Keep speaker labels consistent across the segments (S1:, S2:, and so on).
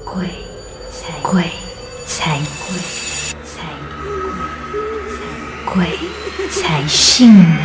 S1: 鬼才信你。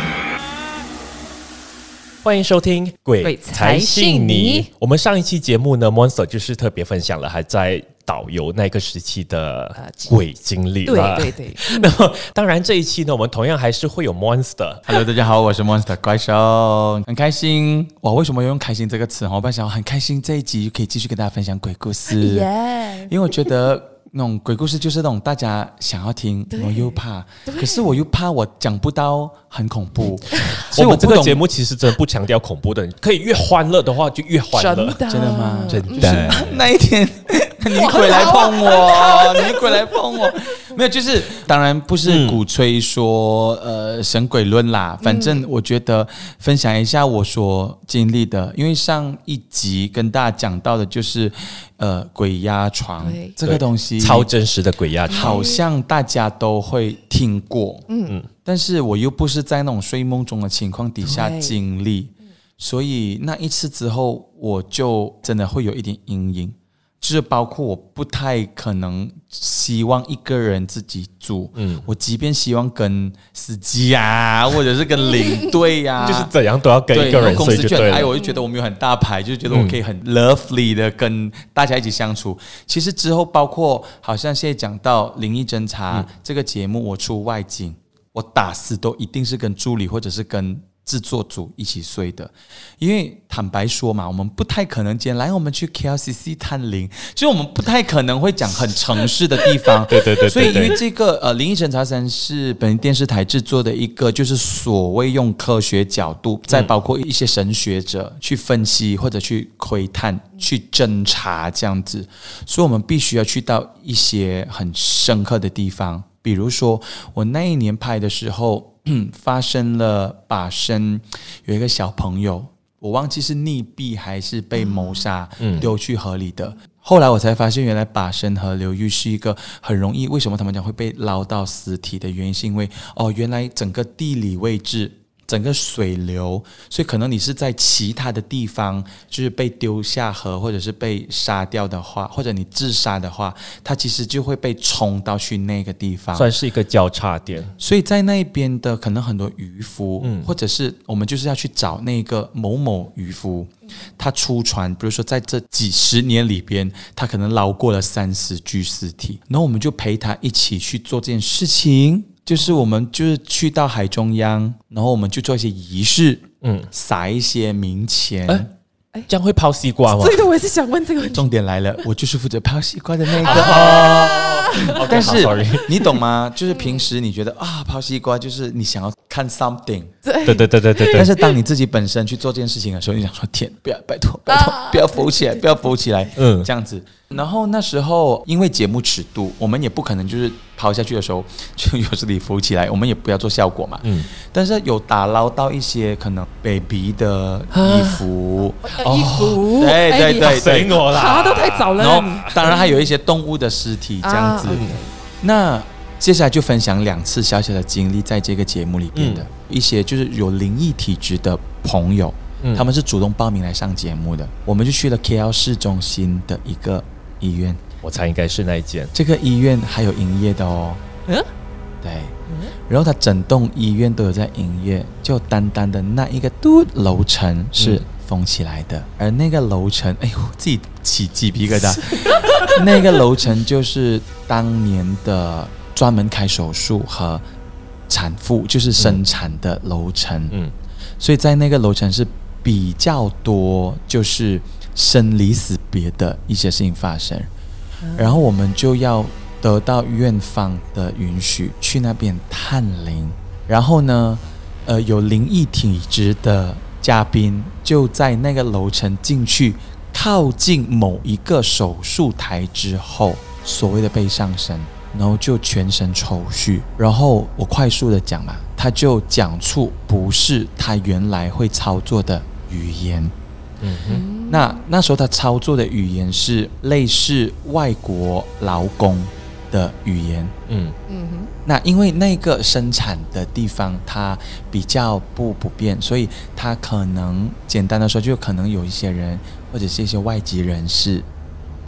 S2: 欢迎收听《鬼才信你》。我们上一期节目呢 ，Monster 就是特别分享了还在导游那个时期的鬼经历了。
S3: 对。
S2: 那么当然这一期呢，我们同样还是会有 Monster。Hello，
S4: 大家好，我是 Monster 怪兽，很开心。哇，为什么用开心这个词？我本来想很开心这一集可以继续跟大家分享鬼故事，因为我觉得那种鬼故事就是那种大家想要听，我又怕，可是我又怕我讲不到很恐怖，
S2: 所以我们这个节目其实真的不强调恐怖的，可以越欢乐的话就越欢乐。
S4: 真的吗？
S2: 真的。
S4: 那一天你鬼来碰我，你鬼来碰我，没有，就是当然不是鼓吹说神鬼论啦，反正我觉得分享一下我所经历的，因为上一集跟大家讲到的就是鬼压床这个东西，
S2: 超真实的鬼压床，
S4: 好像大家都会听过，但是我又不是在那种睡梦中的情况底下经历，所以那一次之后我就真的会有一点阴影。就是包括我不太可能希望一个人自己住，我即便希望跟司机啊，或者是跟领队啊，
S2: 就是怎样都要跟一个人睡就对了。
S4: 我就觉得我们有很大牌，就觉得我可以很 lovely 的跟大家一起相处。其实之后包括好像现在讲到灵异侦查这个节目，我出外景，我打死都一定是跟助理或者是跟制作组一起睡的，因为坦白说嘛，我们不太可能今天来我们去 KLCC 探灵，就是我们不太可能会讲很城市的地方。
S2: 对，
S4: 所以因为这个灵异侦查3是本电视台制作的一个，就是所谓用科学角度，再包括一些神学者去分析或者去窥探、去侦查这样子，所以我们必须要去到一些很深刻的地方。比如说我那一年拍的时候发生了靶身有一个小朋友，我忘记是溺毙还是被谋杀丢去河里的，后来我才发现原来靶身河流域是一个很容易，为什么他们讲会被捞到尸体的原因是因为原来整个地理位置整个水流，所以可能你是在其他的地方就是被丢下河或者是被杀掉的话，或者你自杀的话，它其实就会被冲到去那个地方，
S2: 算是一个交叉点。
S4: 所以在那边的可能很多渔夫，或者是我们就是要去找那个某某渔夫，他出船，比如说在这几十年里边他可能捞过了30具尸体，然后我们就陪他一起去做这件事情，就是我们就是去到海中央，然后我们就做一些仪式，撒一些冥钱。
S2: 这样会抛西瓜吗？
S3: 对的，我也是想问这个问题。
S4: 重点来了，我就是负责抛西瓜的那个。但是你懂吗？就是平时你觉得抛西瓜就是你想要看 something，
S2: 对。
S4: 但是当你自己本身去做这件事情的时候，你想说天，不要，拜托，不要浮起来，不要浮起来，这样子。然后那时候因为节目尺度，我们也不可能就是抛下去的时候就有这里浮起来，我们也不要做效果嘛。但是有打捞到一些可能 baby 的衣服，对，
S2: 醒我啦，
S3: 都太早了。
S4: 然后当然还有一些动物的尸体这样子。那接下来就分享2次小小的经历，在这个节目里边的一些就是有灵异体质的朋友，他们是主动报名来上节目的。我们就去了 KL 市中心的一个医院，
S2: 我猜应该是那一间。
S4: 这个医院还有营业的哦。对，然后它整栋医院都有在营业，就单单的那一个楼层是封起来的，而那个楼层，自己起鸡皮疙瘩。那个楼层就是当年的专门开手术和产妇，就是生产的楼层。所以在那个楼层是比较多，就是生离死别的一些事情发生。然后我们就要得到院方的允许去那边探灵。然后呢，有灵异体质的嘉宾就在那个楼层进去，靠近某一个手术台之后，所谓的被上身，然后就全身抽搐。然后我快速的讲嘛，他就讲出不是他原来会操作的语言。那时候他操作的语言是类似外国劳工的语言。那因为那个生产的地方它比较不便，所以他可能简单的说，就可能有一些人或者是一些外籍人士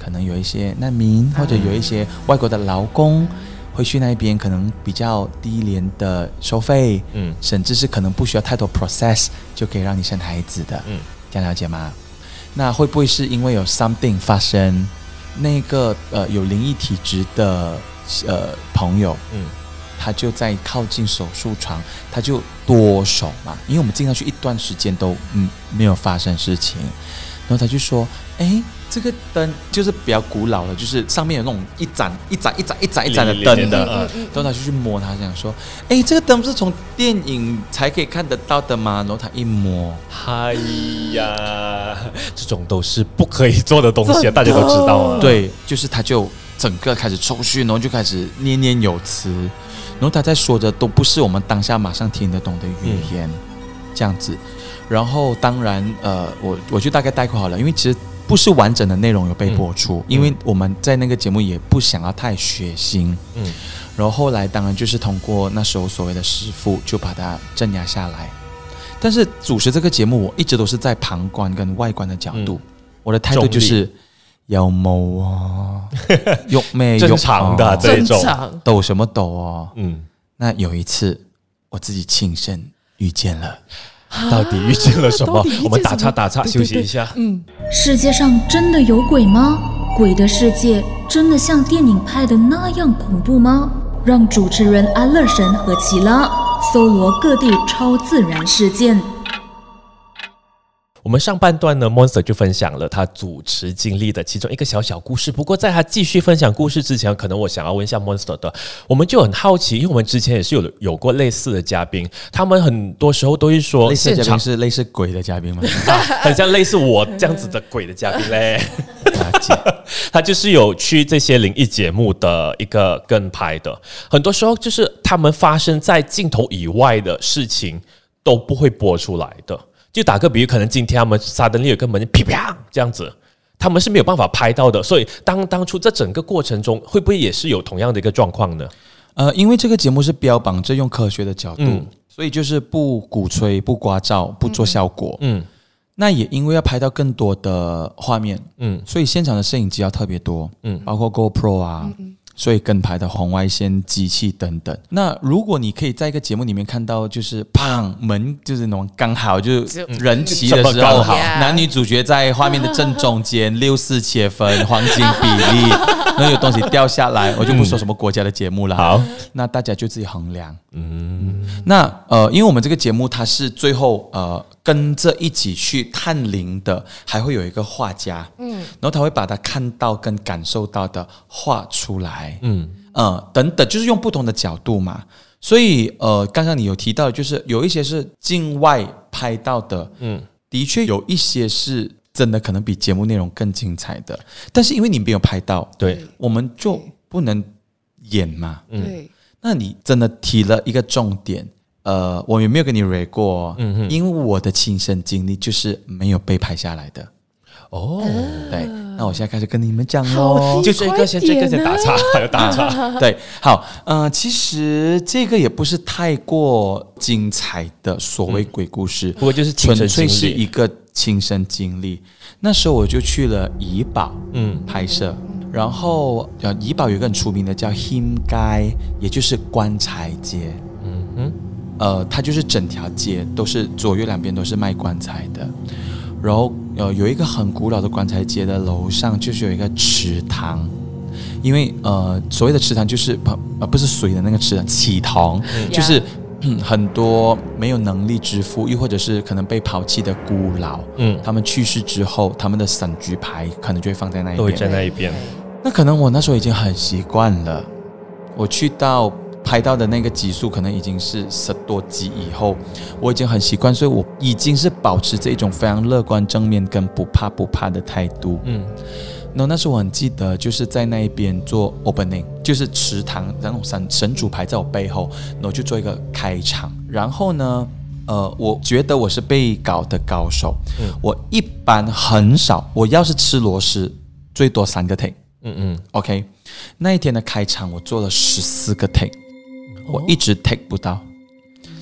S4: 可能有一些难民，或者有一些外国的劳工会去那边，可能比较低廉的收费，甚至是可能不需要太多 process 就可以让你生孩子的，这样了解吗？那会不会是因为有 something 发生，那个有灵异体质的朋友，他就在靠近手术床，他就剁手嘛，因为我们进到去一段时间都没有发生事情，然后他就说，这个灯就是比较古老的，就是上面有那种一盏的灯的，然后他就去摸它，想说，这个灯不是从电影才可以看得到的吗？然后他一摸，
S2: 哎呀，这种都是不可以做的东西，大家都知道啊。
S4: 对，就是他就整个开始抽搐，然后就开始念念有词，然后他在说的都不是我们当下马上听得懂的语言，这样子。然后当然，我就大概概括好了，因为其实不是完整的内容有被播出，因为我们在那个节目也不想要太血腥，然后后来当然就是通过那时候所谓的师父就把它镇压下来。但是主持这个节目，我一直都是在旁观跟外观的角度，我的态度就是有冇啊，喐咩喐，
S2: 正常的这种，
S4: 抖什么抖哦，那有一次我自己亲身遇见了。
S2: 到底遇见了什么？我们打岔休息一下。
S1: 世界上真的有鬼吗？鬼的世界真的像电影拍的那样恐怖吗？让主持人安乐神和奇拉搜罗各地超自然事件。
S2: 我们上半段呢 Monster 就分享了他主持经历的其中一个小故事。不过在他继续分享故事之前，可能我想要问一下 Monster 的，我们就很好奇，因为我们之前也是有过类似的嘉宾，他们很多时候都会说，
S4: 类似的嘉宾是类似鬼的嘉宾吗？
S2: 很像类似我这样子的鬼的嘉宾嘞。他就是有去这些灵异节目的一个跟拍的，很多时候就是他们发生在镜头以外的事情都不会播出来的。就打个比喻，可能今天他们suddenly有个门噼啪这样子，他们是没有办法拍到的。所以当初这整个过程中，会不会也是有同样的一个状况呢？
S4: 因为这个节目是标榜着用科学的角度，所以就是不鼓吹、不刮噪、不做效果。那也因为要拍到更多的画面，所以现场的摄影机要特别多，包括 GoPro 啊。所以跟拍的红外线机器等等。那如果你可以在一个节目里面看到，就是砰门就是那种刚好就是人齐的时候，男女主角在画面的正中间，6:4切分，黄金比例，那有东西掉下来，我就不说什么国家的节目了。好，那大家就自己衡量。那因为我们这个节目它是最后跟着一起去探灵的，还会有一个画家，然后他会把他看到跟感受到的画出来，等等，就是用不同的角度嘛。所以刚刚你有提到，就是有一些是境外拍到的，的确有一些是真的可能比节目内容更精彩的，但是因为你没有拍到，对，我们就不能演嘛，对。那你真的提了一个重点。我也没有跟你 re 过，因为我的亲身经历就是没有被拍下来的。对，那我现在开始跟你们讲咯，
S2: 就这个先打岔，还有打岔。
S4: 对，好，其实这个也不是太过精彩的所谓鬼故事，
S2: 不过就是
S4: 纯粹是一个亲身经历。那时候我就去了怡保，拍摄。然后怡保有一个很出名的叫 Him 街，也就是棺材街。它就是整条街都是左右两边都是卖棺材的，然后有一个很古老的棺材街的楼上就是有一个池塘，因为所谓的池塘就是不是水的那个池塘，乞堂，就是很多没有能力支付，又或者是可能被抛弃的孤老，他们去世之后，他们的神居牌可能就会放在那一边，
S2: 都会在那一边。
S4: 那可能我那时候已经很习惯了，我去到拍到的那个集数可能已经是10多集以后，我已经很习惯，所以我已经是保持这种非常乐观正面跟不怕的态度。然后那时候我很记得就是在那一边做 opening， 就是池塘那种神主牌在我背后，然后就做一个开场。然后呢我觉得我是被搞的高手，我一般很少，我要是吃螺丝最多3个 take。OK， 那一天的开场我做了14个 take，我一直 take 不到，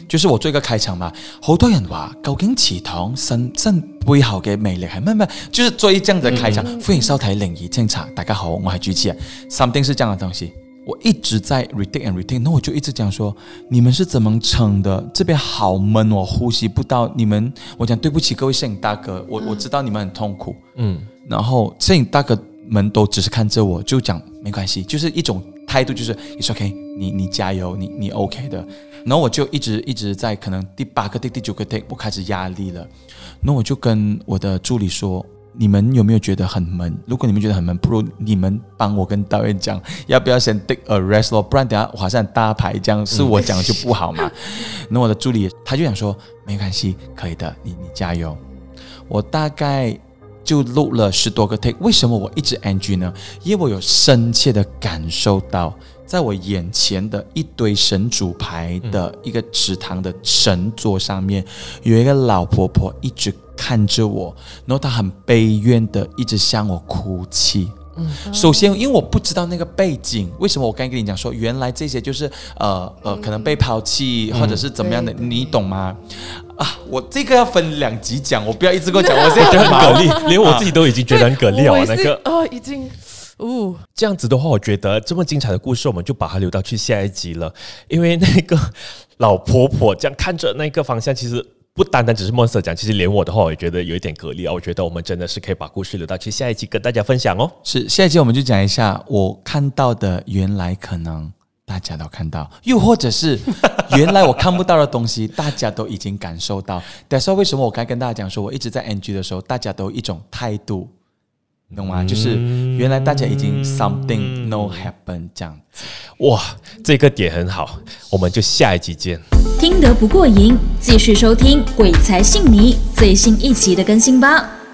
S4: 就是我做一個開場嘛，好多人話究竟祠堂神背後嘅魅力係乜乜，就是做一這樣的開場。歡迎收睇靈異偵查，大家好，我係主持人。something 是這樣的東西，我一直在 retake and retake， 那我就一直講說，你們是怎麼撐的？這邊好悶，我呼吸不到。你們，我講對不起各位攝影大哥，我知道你們很痛苦。然後攝影大哥們都只是看着我，就講沒關係，就是一種態度，就是 it's okay， 你加油，你 OK 的。然後我就一直在可能第8個 take 第9個 take， 我開始壓力了。然後我就跟我的助理說，你們有沒有覺得很悶？如果你們覺得很悶，不如你們幫我跟導演講，要不要先 take a rest 咯？不然等下我好像大牌這樣，是我講的就不好嘛。然後我的助理他就講說，沒關係，可以的，你加油。我大概就錄了10多個 take。為什麼我一直 NG 呢？因為我有深切的感受到，在我眼前的一堆神主牌的一個祠堂的神座上面，有一個老婆婆一直看着我，然後她很悲怨的一直向我哭泣。首先因為我不知道那個背景，為什麼我剛才跟你講說原來這些就是可能被拋棄或者是怎麼樣的，你懂嗎？我這個要分2集講，我不要一直跟我講，我現在覺得很蛤蜊，
S2: 連我自己都已經覺得很蛤蜊了。那個
S3: 已經
S2: 這樣子的話，我覺得這麼精彩的故事，我們就把它留到去下一集了。因為那個老婆婆這樣看着那個方向，其實不單單只是 Monster 講，其實連我的話，我也覺得有一點蛤蜊啊。我覺得我們真的是可以把故事留到去下一集跟大家分享哦。
S4: 是，下一集我們就講一下我看到的，原來可能大家都看到，又或者是原來我看不到的東西，大家都已經感受到。但是為什麼我剛才跟大家講說，我一直在 NG 的時候，大家都有一種態度，懂嗎？就是原來大家已經 something no happen 這樣子。
S2: 哇，這個點很好，我們就下一集見。
S1: 聽得不過癮，繼續收聽《鬼才信你》最新一期的更新吧。